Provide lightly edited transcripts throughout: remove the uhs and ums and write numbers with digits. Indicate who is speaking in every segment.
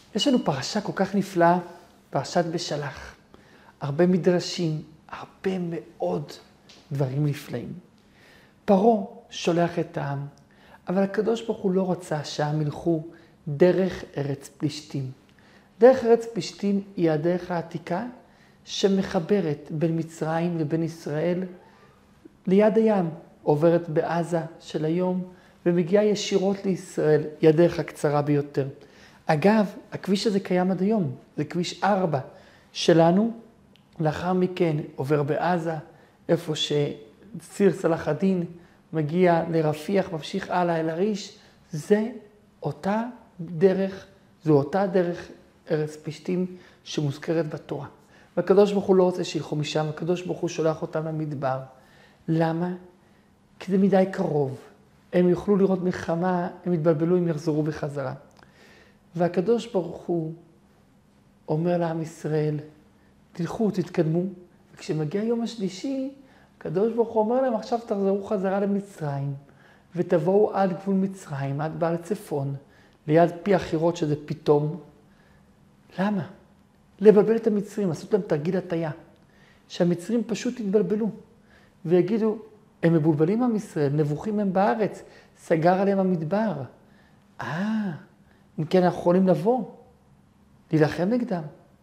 Speaker 1: יש לנו פרשה כל כך נפלאה, פרשת בשלח. הרבה מדרשים, הרבה מאוד דברים נפלאים. פרעה שולח את העם, אבל הקדוש ברוך הוא לא רצה שהעם ילכו דרך ארץ פלישתים. דרך ארץ פלישתים היא הדרך העתיקה שמחברת בין מצרים ובין ישראל ליד הים. עוברת בעזה של היום ומגיעה ישירות לישראל, היא הדרך הקצרה ביותר. אגב, הכביש הזה קיים עד היום, זה כביש 4 שלנו, לאחר מכן עובר בעזה, איפה שציר צלאח א-דין מגיע לרפיח, ממשיך הלאה אל הריש, זו אותה דרך ארץ פלישתים שמוזכרת בתורה. והקדוש ברוך הוא לא רוצה שילכו משם, הקדוש ברוך הוא שולח אותם למדבר. למה? כי זה מדי קרוב. הם יוכלו לראות מלחמה, הם יתבלבלו, הם יחזרו בחזרה. והקדוש ברוך הוא אומר לעם ישראל, תלכו, תתקדמו. וכשמגיע יום השלישי, הקדוש ברוך הוא אומר להם, עכשיו תחזרו חזרה למצרים, ותבואו עד גבול מצרים, עד בעל צפון, ליד פי החירות שזה פתאום. למה? לבלבל את המצרים, לעשות להם תרגיל הטעיה. שהמצרים פשוט יתבלבלו, ויגידו, הם מבולבלים עם ישראל, נבוכים הם בארץ, סגר עליהם המדבר. אם כן אנחנו יכולים לבוא, להילחם נגדם.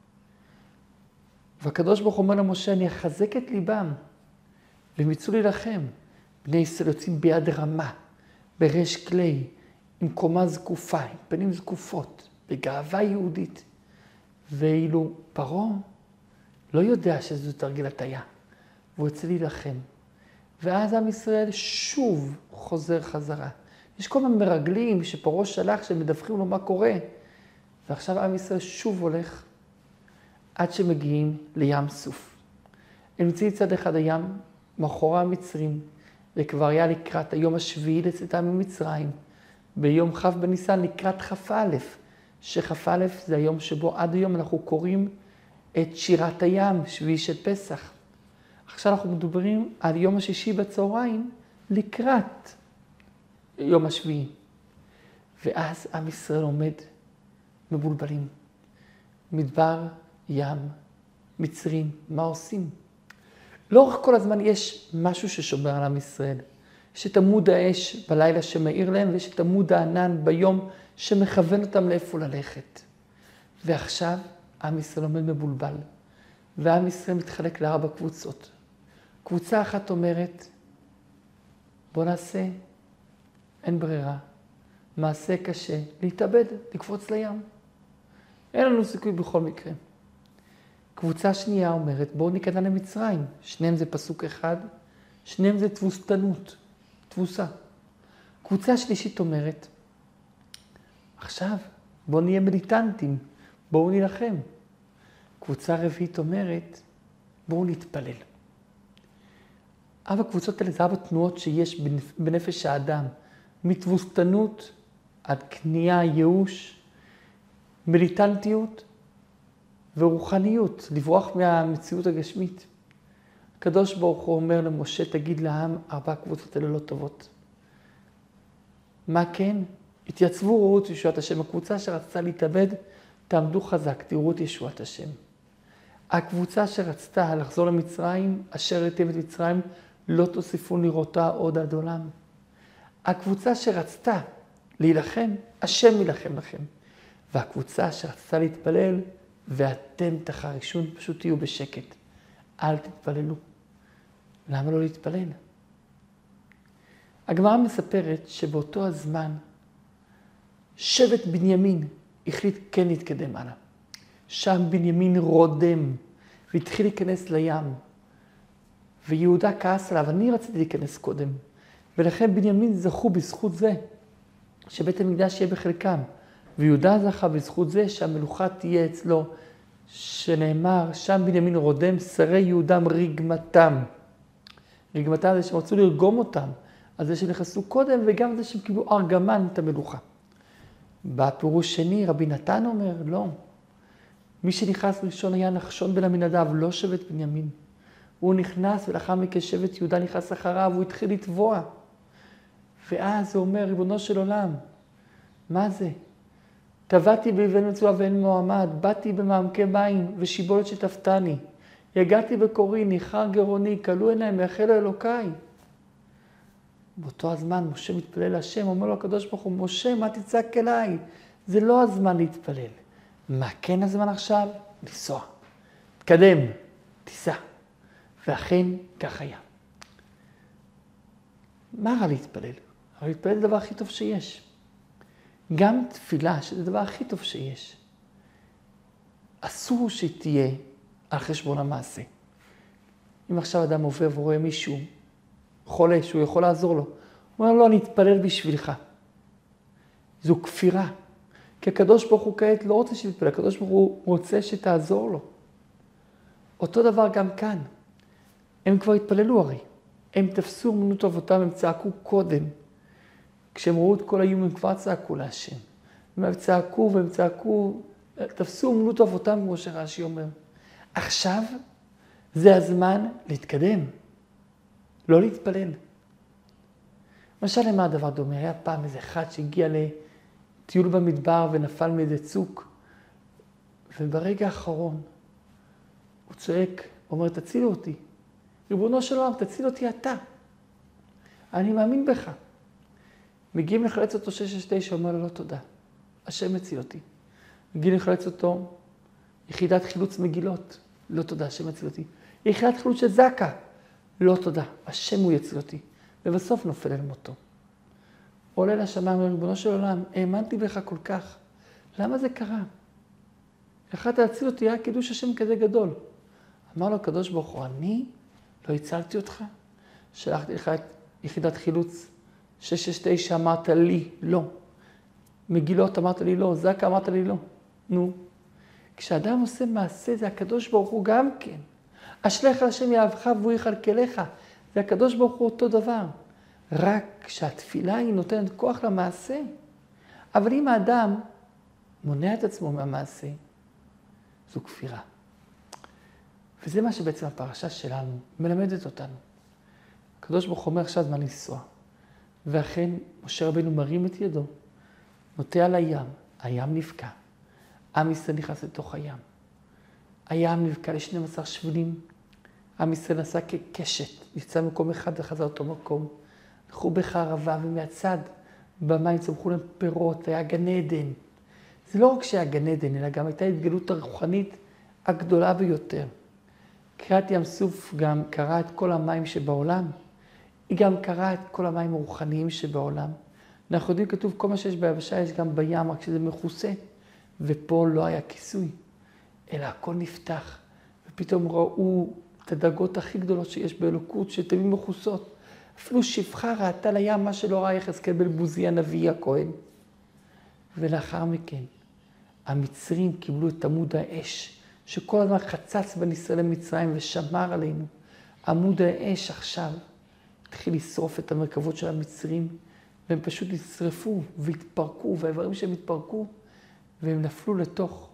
Speaker 1: והקדוש ברוך אומר למשה, אני אחזק את ליבם, והם יצאו להילחם. בני ישראל יוצאים ביד רמה, בריש כלי, עם קומה זקופה, עם פנים זקופות, בגאווה יהודית. ואילו פרעה לא יודע שזו תרגיל הטעיה, והוא יוצא להילחם. ואז עם ישראל שוב חוזר חזרה. יש כל מיני מרגלים שפרעה שלח שמדווחים לו מה קורה. ועכשיו עם ישראל שוב הולך עד שמגיעים לים סוף. הם נמצאים צד אחד הים, מאחורי המצרים, וכבר היה לקראת היום השביעי לצאתם ממצרים. ביום כ' בניסן לקראת כ"א, שכ"א זה היום שבו עד היום אנחנו קוראים את שירת הים, שביעי של פסח. עכשיו אנחנו מדברים על יום השישי בצהריים לקראת יום השביעי. ואז עם ישראל עומד מבולבלים. מדבר, ים, מצרים, מה עושים? לאורך כל הזמן יש משהו ששומר על עם ישראל. יש את עמוד האש בלילה שמאיר להם, ויש את עמוד הענן ביום שמכוון אותם לאיפה ללכת. ועכשיו עם ישראל עומד מבולבל, ועם ישראל מתחלק ל4 קבוצות. קבוצה אחת אומרת, בוא נעשה, אין ברירה, מעשה קשה, להתאבד, לקפוץ לים. אין לנו סיכוי בכל מקרה. קבוצה שנייה אומרת, בואו ניכנע למצרים. שניהם זה פסוק אחד, שניהם זה תבוסתנות, תבוסה. קבוצה שלישית אומרת, עכשיו בואו נהיה מיליטנטים, בואו נילחם. קבוצה רביעית אומרת, בואו נתפלל. אבל הקבוצות האלה זה 4 תנועות שיש בנפש האדם, מתבוסתנות עד כניעה, ייאוש, מיליטנטיות ורוחניות, לברוח מהמציאות הגשמית. הקדוש ברוך הוא אומר למשה, תגיד לעם, 4 קבוצות האלה לא טובות. מה כן? התייצבו, ראו את ישועת השם. הקבוצה שרצתה להתאבד, תעמדו חזק, תראו את ישועת השם. הקבוצה שרצתה לחזור למצרים, אשר ראיתם את מצרים, לא תוסיפו לראותה עוד עד עולם. הקבוצה שרצתה להילחם, השם ילחם לכם. והקבוצה שרצתה להתפלל, ואתם תחרישון, פשוט תהיו בשקט. אל תתפללו. למה לא להתפלל? הגמרא מספרת שבאותו הזמן, שבט בנימין החליט כן להתקדם הלאה. שם בנימין רודם, והתחיל להיכנס לים. ויהודה כעס עליו, אני רציתי להיכנס קודם. ולכן בנימין זכו בזכות זה, שבית המקדש יהיה בחלקם. ויהודה זכה בזכות זה שהמלוכה תהיה אצלו, שנאמר, שם בנימין רודם, שרי יהודם רגמתם. רגמתם זה שהם רצו לרגום אותם, על זה שנכנסו קודם, וגם זה שהם קיבלו ארגמן את המלוכה. בפירוש שני, רבי נתן אומר, לא. מי שנכנס ראשון היה נחשון בן עמינדב, לא שבט בנימין. הוא נכנס ולאחר מכן שבט יהודה נכנס אחריו, הוא התחיל לתבוע. ואז הוא אומר, ריבונו של עולם, מה זה? טבעתי באבן מצוה ואין מועמד, באתי במעמקי מים ושיבולת שטפתני. יגעתי בקורי, ניחר גרוני, כלו עיניי, מייחל לאלוקיי. באותו הזמן משה מתפלל להשם, אומר לו הקדוש ברוך הוא, משה, מה תצעק אליי? זה לא הזמן להתפלל. מה כן הזמן עכשיו? לנסוע. תקדם, תיסע. ואכן כך היה. מה רע להתפלל? רע להתפלל זה הדבר הכי טוב שיש. גם תפילה, שזה הדבר הכי טוב שיש. אסור שתהיה על חשבון המעשה. אם עכשיו אדם עובר ורואה מישהו חולה שהוא יכול לעזור לו, הוא אומר לו, אני אתפלל בשבילך. זו כפירה. כי הקדוש ברוך הוא כעת לא רוצה שתתפלל, הקדוש ברוך הוא רוצה שתעזור לו. אותו דבר גם כאן. הם כבר התפללו הרי. הם תפסו אמונות אבותם, הם צעקו קודם. כשהם ראו את כל האיום, הם כבר צעקו להשם. הם צעקו והם צעקו, תפסו אמונות אבותם, כמו שרש"י אומר. עכשיו זה הזמן להתקדם, לא להתפלל. למשל, למה הדבר דומה? היה פעם איזה אחד שהגיע לטיול במדבר ונפל מאיזה צוק, וברגע האחרון הוא צועק, אומר, תצילו אותי. ריבונו של עולם, תציל אותי אתה. אני מאמין בך. מגיעים לחלץ אותו 669, אומר לו, לא תודה. השם מציל אותי. מגיעים לחלץ אותו, יחידת חילוץ מגילות. לא תודה, השם מציל אותי. יחידת חילוץ של זקה. לא תודה, השם הוא יציל אותי. ובסוף נופל אל מותו. עולה לשמיים, ריבונו של עולם, האמנתי בך כל כך. למה זה קרה? יכלת להציל אותי, היה קידוש השם כזה גדול. אמר לו הקדוש ברוך הוא, אני לא הצלתי אותך? שלחתי לך את יחידת חילוץ 669, אמרת לי לא. מגילות אמרת לי לא, זקה אמרת לי לא. נו, כשאדם עושה מעשה זה הקדוש ברוך הוא גם כן. אשליך השם יאהבך והוא יכלכלך. זה הקדוש ברוך הוא אותו דבר. רק כשהתפילה היא נותנת כוח למעשה. אבל אם האדם מונע את עצמו מהמעשה, זו כפירה. וזה מה שבעצם הפרשה שלנו מלמדת אותנו. הקדוש ברוך הוא אומר עכשיו זמן לנסוע. ואכן משה רבנו מרים את ידו, נוטה על הים, הים נבקע. עם ישראל נכנס לתוך הים. הים נבקע ל12 שבלים. עם ישראל נסע כקשת, יצא ממקום אחד וחזר אותו מקום. הלכו בחרבה ומהצד במים צמחו להם פירות, היה גן עדן. זה לא רק שהיה גן עדן, אלא גם הייתה התגלות הרוחנית הגדולה ביותר. קריעת ים סוף גם קראה את כל המים שבעולם. היא גם קראה את כל המים הרוחניים שבעולם. אנחנו יודעים, כתוב, כל מה שיש ביבשה יש גם בים, רק שזה מכוסה. ופה לא היה כיסוי, אלא הכל נפתח. ופתאום ראו את הדרגות הכי גדולות שיש באלוקות, שתמיד מכוסות. אפילו שפחה ראתה לים מה שלא ראה יחזקאל בן בוזי הנביא הכהן. ולאחר מכן, המצרים קיבלו את עמוד האש, שכל הזמן חצץ בין ישראל למצרים ושמר עלינו. עמוד האש עכשיו התחיל לשרוף את המרכבות של המצרים, והם פשוט נשרפו והתפרקו, והאיברים שהם התפרקו, והם נפלו לתוך,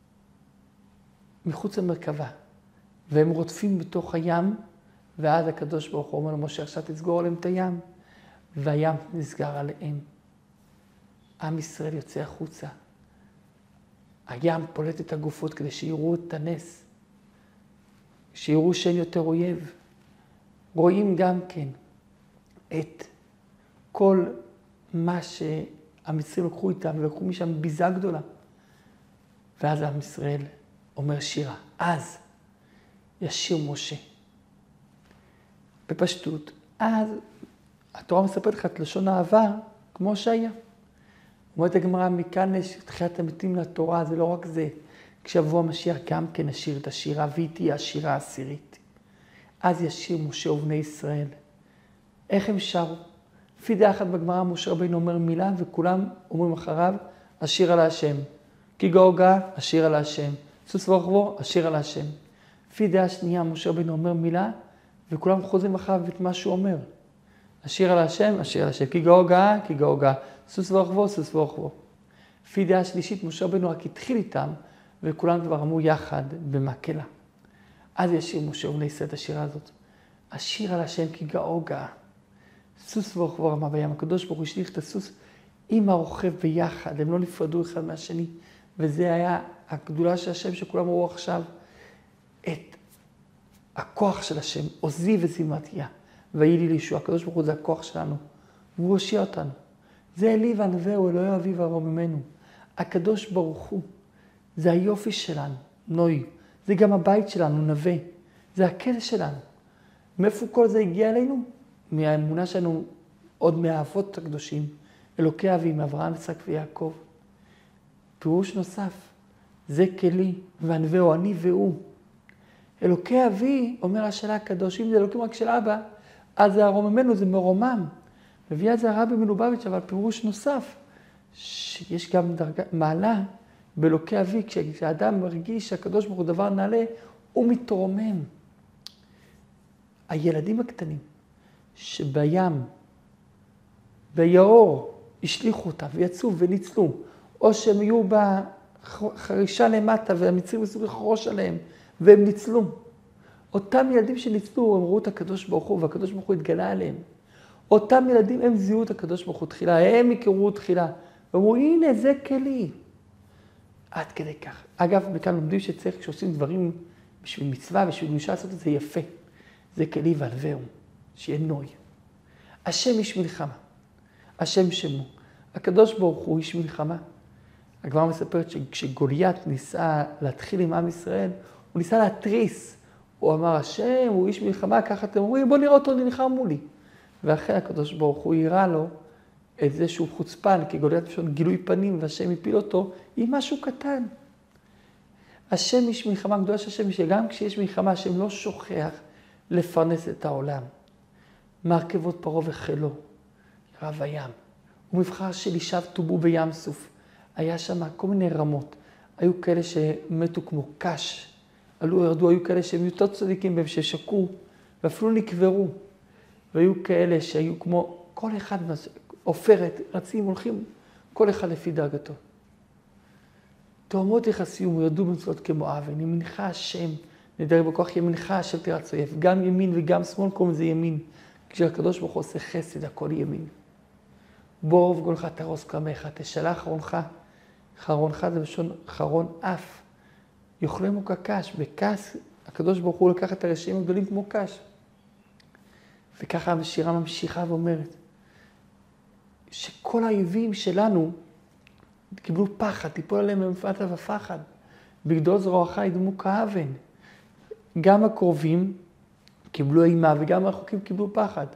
Speaker 1: מחוץ למרכבה, והם רודפים בתוך הים, ואז הקדוש ברוך הוא אומר למשה, עכשיו תסגור עליהם את הים, והים נסגר עליהם. עם ישראל יוצא החוצה. הים פולט את הגופות כדי שיראו את הנס, שיראו שאין יותר אויב. רואים גם כן את כל מה שהמצרים לקחו איתם, ולקחו משם ביזה גדולה. ואז עם ישראל אומר שירה. אז ישיר משה. בפשטות, אז התורה מספרת לך את לשון העבר כמו שהיה. אומרת הגמרא, מכאן יש תחיית המתים לתורה, זה לא רק זה. כשיבוא המשיח גם כן נשיר את השירה, והיא תהיה השירה העשירית. אז ישיר משה ובני ישראל. איך הם שרו? לפי דעה אחת בגמרא, משה רבינו אומר מילה, וכולם אומרים אחריו, השיר על השם. כי גאוגה, השיר על השם. סוס ורחבו, השיר על השם. לפי דעה שנייה, משה רבינו אומר מילה, וכולם חוזרים אחריו את מה שהוא אומר. השיר על השם, השיר על השם. כי גאוגה, כי גאוגה. סוס ורחבו, סוס ורחבו. לפי דעה שלישית, משה רבינו רק התחיל איתם, וכולם כבר אמרו יחד במקהלה. אז ישיר משה ובני ישראל את השירה הזאת. השיר על השם כי גאוגה. סוס ורחבו רמה בים. הקדוש ברוך הוא השליך את הסוס עם הרוכב ביחד, הם לא נפרדו אחד מהשני, וזה היה הגדולה של השם שכולם ראו עכשיו, את הכוח של השם, עוזי וזימתיה, ויהי לי לישוע, הקדוש ברוך הוא זה הכוח שלנו, והוא הושיע אותנו. זה אלי וענווהו, אלוהי אביו וארוממנו. הקדוש ברוך הוא, זה היופי שלנו, נוי, זה גם הבית שלנו, נווה, זה הכלא שלנו. מאיפה כל זה הגיע אלינו? מהאמונה שלנו, עוד מהאבות הקדושים, אלוקי אבים, אברהם, יצחק ויעקב. פירוש נוסף, זה כלי, וענווהו, אני והוא. אלוקי אבי, אומר השאלה הקדוש, אם זה אלוקים רק של אבא, אז זה הרוממנו, זה מרומם. מביא את זה הרבי מלובביץ', אבל פירוש נוסף, שיש גם מעלה באלוקי אבי, כשאדם מרגיש שהקדוש ברוך הוא דבר נעלה, הוא מתרומם. הילדים הקטנים שבים, ביעור, השליחו אותם ויצאו וניצלו, או שהם יהיו בחרישה למטה והמצרים ניסו לחרוש עליהם והם ניצלו. אותם ילדים שניצלו, הם ראו את הקדוש ברוך הוא והקדוש ברוך הוא התגלה עליהם. אותם ילדים הם זיהו את הקדוש ברוך הוא תחילה, הם הכירו תחילה. ואמרו, הנה זה כלי. עד כדי כך. אגב, מכאן לומדים שצריך, כשעושים דברים בשביל מצווה, בשביל קדושה, לעשות את זה יפה. זה כלי וענווהו, שיהיה נוי. השם איש מלחמה. השם שמו. הקדוש ברוך הוא איש מלחמה. הגמרא מספרת שכשגוליית ניסה להתחיל עם עם ישראל, הוא ניסה להתריס. הוא אמר, השם הוא איש מלחמה, ככה אתם אומרים, בוא נראה אותו נלחם מולי. ואחרי הקדוש ברוך הוא הראה לו את זה שהוא חוצפן, כי גוליית פשוט גילוי פנים, והשם הפיל אותו עם משהו קטן. השם איש מלחמה גדולה של השם, שגם כשיש מלחמה, השם לא שוכח לפרנס את העולם. מרכבות פרעה וחילו, רב הים. ומבחר של ישב טובו בים סוף. היה שם כל מיני רמות. היו כאלה שמתו כמו קש. ירדו, היו כאלה שהם יותר צדיקים בהם ששקו, ואפילו נקברו. והיו כאלה שהיו כמו כל אחד, עופרת, רצים, הולכים, כל אחד לפי דרגתו. תאומות יחסים, ירדו במצוות כמו אבן, ימינך השם, נדרי בכוח ימינך השם תרץ אויב, גם ימין וגם שמאל קוראים זה ימין. כשהקדוש ברוך הוא עושה חסד, הכל ימין. בוא רוב גולך תרוס קרמך, תשלח חרונך, חרונך זה בשון חרון אף. יאכלמו כקש, בכס הקדוש ברוך הוא לקח את הרשעים הגדולים כמו קש. וככה השירה ממשיכה ואומרת, שכל האויבים שלנו קיבלו פחד, תיפול עליהם במפת ופחד. בגדול זרועך ידמו כאבן. גם הקרובים קיבלו אימה וגם הרחוקים קיבלו פחד.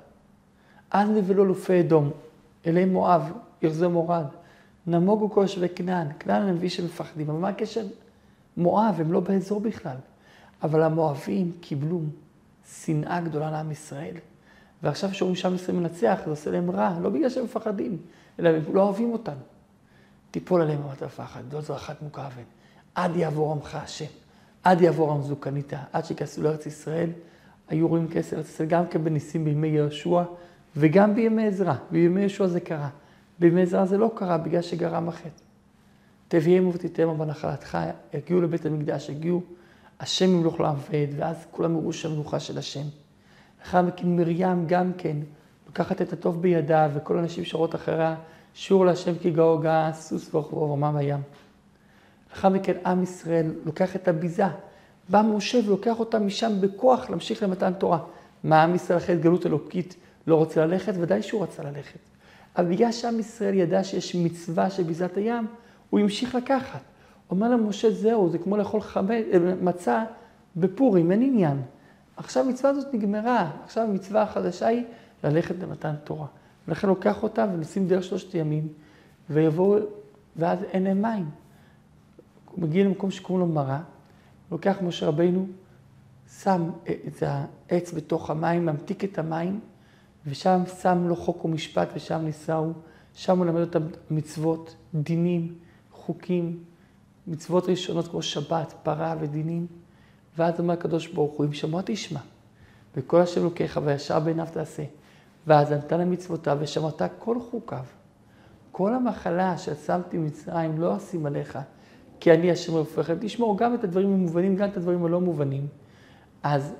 Speaker 1: אז נבלו אלופי אדום, אלי מואב, יחזה מורד. נמוגו כל יושבי כנען, כנען הנביא שמפחדים. אבל מה הקשר? מואב, הם לא באזור בכלל. אבל המואבים קיבלו שנאה גדולה לעם ישראל. ועכשיו שאומרים שעם ישראל מנצח, זה עושה להם רע, לא בגלל שהם מפחדים, אלא הם לא אוהבים אותנו. תיפול עליהם במפת ופחד, לא זרחת מוכאבן. עד יעבור עמך השם, עד יעבור עם זו קנית, עד שכנסו לארץ ישראל, היו רואים כסף לארץ ישראל גם כן בניסים בימי יהושע, וגם בימי עזרא. בימי יהושע זה קרה. בימי עזרא זה לא קרה בגלל שגרם החטא. תביאם ותיתמו בנחלתך, הגיעו לבית המקדש, הגיעו, השם ימלוך לעבד, ואז כולם יראו שהמלוכה של השם. לאחר מכן מרים גם כן, לוקחת את הטוב בידה, וכל האנשים שרות אחריה, שיעור להשם כי גאו גאה, סוס ורחבו ורמה בים. לאחר מכן עם ישראל לוקח את הביזה, בא משה ולוקח אותה משם בכוח להמשיך למתן תורה. מה עם ישראל אחרי התגלות אלוקית לא רוצה ללכת? ודאי שהוא רצה ללכת. אבל בגלל שעם ישראל ידע שיש מצווה של ביזת הים, הוא המשיך לקחת. אומר למשה זהו, זה כמו לאכול מצה בפורים, אין עניין. עכשיו המצווה הזאת נגמרה, עכשיו המצווה החדשה היא ללכת למתן תורה. ולכן לוקח אותה ונשים דרך 3 ימים, ויבואו, ואז אין להם מים. הוא מגיע למקום שקוראים לו מרה, לוקח משה רבינו, שם את העץ בתוך המים, ממתיק את המים, ושם שם לו חוק ומשפט, ושם ניסהו, שם הוא למד אותם מצוות, דינים, חוקים, מצוות ראשונות כמו שבת, פרה ודינים, ואז אומר הקדוש ברוך הוא, אם שמוע תשמע, וכל השם לוקח וישר בעיניו תעשה, ואז נתן למצוותיו ושמעת כל חוקיו. כל המחלה ששמתי מצרים לא אשים עליך, כי אני השם רפואכם. תשמור גם את הדברים המובנים, גם את הדברים הלא מובנים. אז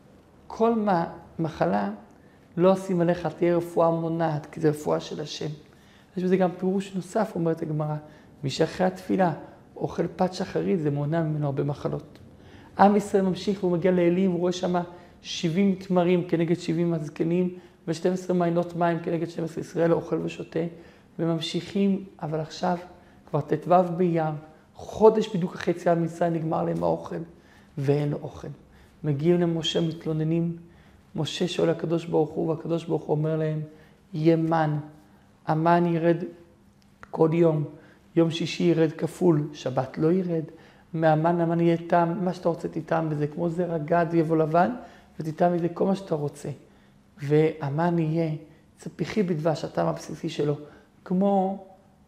Speaker 1: כל מחלה לא אשים עליך, תהיה רפואה מונעת, כי זה רפואה של השם. יש בזה גם פירוש נוסף, אומרת הגמרא, מי שאחרי התפילה אוכל פת שחרית, זה מונע ממנו הרבה מחלות. עם ישראל ממשיך והוא מגיע לאלים, הוא רואה שם 70 תמרים כנגד 70 הזקנים, ו12 מעיינות מים כנגד 12 ישראל, אוכל ושותה, וממשיכים, אבל עכשיו כבר ט"ו באייר, חודש בדיוק אחרי יציאת מצרים נגמר להם האוכל, ואין לו אוכל. מגיעים למשה, מתלוננים, משה שואל הקדוש ברוך הוא, והקדוש ברוך הוא אומר להם, יהיה מן, המן ירד כל יום, יום שישי ירד כפול, שבת לא ירד, מהמן המן יהיה טעם, מה שאתה רוצה תטעם בזה, כמו זרע גד יבוא לבן, ותטעם מזה כל מה שאתה רוצה. והמן יהיה צפיחי בדבש, הטעם הבסיסי שלו, כמו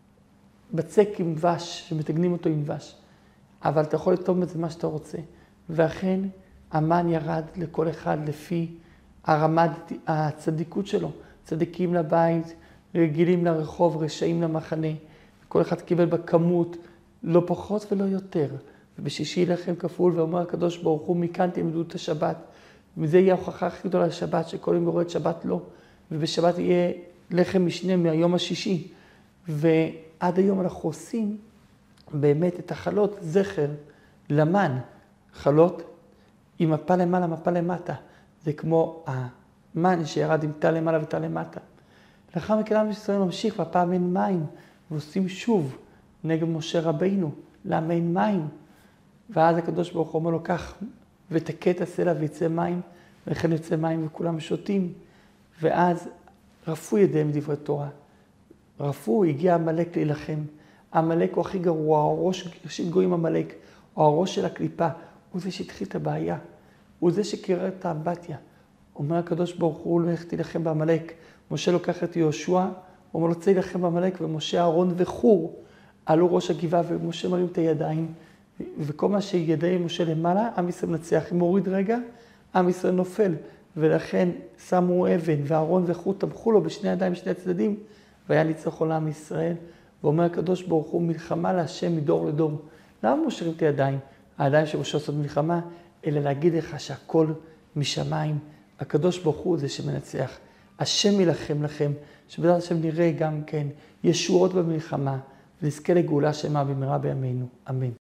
Speaker 1: בצק עם דבש, שמתגנים אותו עם דבש. אבל אתה יכול לטעום בזה מה שאתה רוצה. ואכן, המן ירד לכל אחד לפי הרמת הצדיקות שלו. צדיקים לבית, רגילים לרחוב, רשעים למחנה. כל אחד קיבל בכמות, לא פחות ולא יותר. ובשישי לחם כפול, ואומר הקדוש ברוך הוא, מכאן תלמדו את השבת. וזה יהיה ההוכחה הכי גדולה לשבת, שכל יום יורד שבת לא. ובשבת יהיה לחם משנה מהיום השישי. ועד היום אנחנו עושים באמת את החלות זכר למן. חלות עם מפה למעלה, מפה למטה. זה כמו המן שירד עם תא למעלה ותא למטה. לאחר מכן עם ישראל ממשיך, והפעם אין מים, ועושים שוב נגד משה רבינו, למה אין מים? ואז הקדוש ברוך הוא אומר לו כך, ותכה את הסלע ויצא מים, וכן יוצא מים וכולם שותים. ואז רפו ידיהם דברי תורה. רפו, הגיע המלאק להילחם. המלאק הוא הכי גרוע, הראש של גויים המלאק, או הראש של הקליפה, הוא זה שהתחיל את הבעיה. הוא זה שקירר את האמבטיה. אומר הקדוש ברוך הוא, לא הלכתי לכם במלאק. משה לוקח את יהושע, הוא אומר לו, צא לכם במלאק, ומשה, אהרון וחור עלו ראש הגבעה, ומשה מרים את הידיים, וכל מה שידי משה למעלה, עם ישראל מנצח. אם מוריד רגע, עם ישראל נופל, ולכן שמו אבן, ואהרון וחור תמכו לו בשני ידיים, בשני הצדדים, והיה ניצחון לעם ישראל. ואומר הקדוש ברוך הוא, מלחמה להשם מדור לדור. למה מושרים את הידיים? הידיים שמשה עושות מלחמה, אלא להגיד לך שהכל משמיים. הקדוש ברוך הוא זה שמנצח. השם ילחם לכם, שבדעת השם נראה גם כן ישועות במלחמה, ונזכה לגאולה שלמה במהרה בימינו. אמן.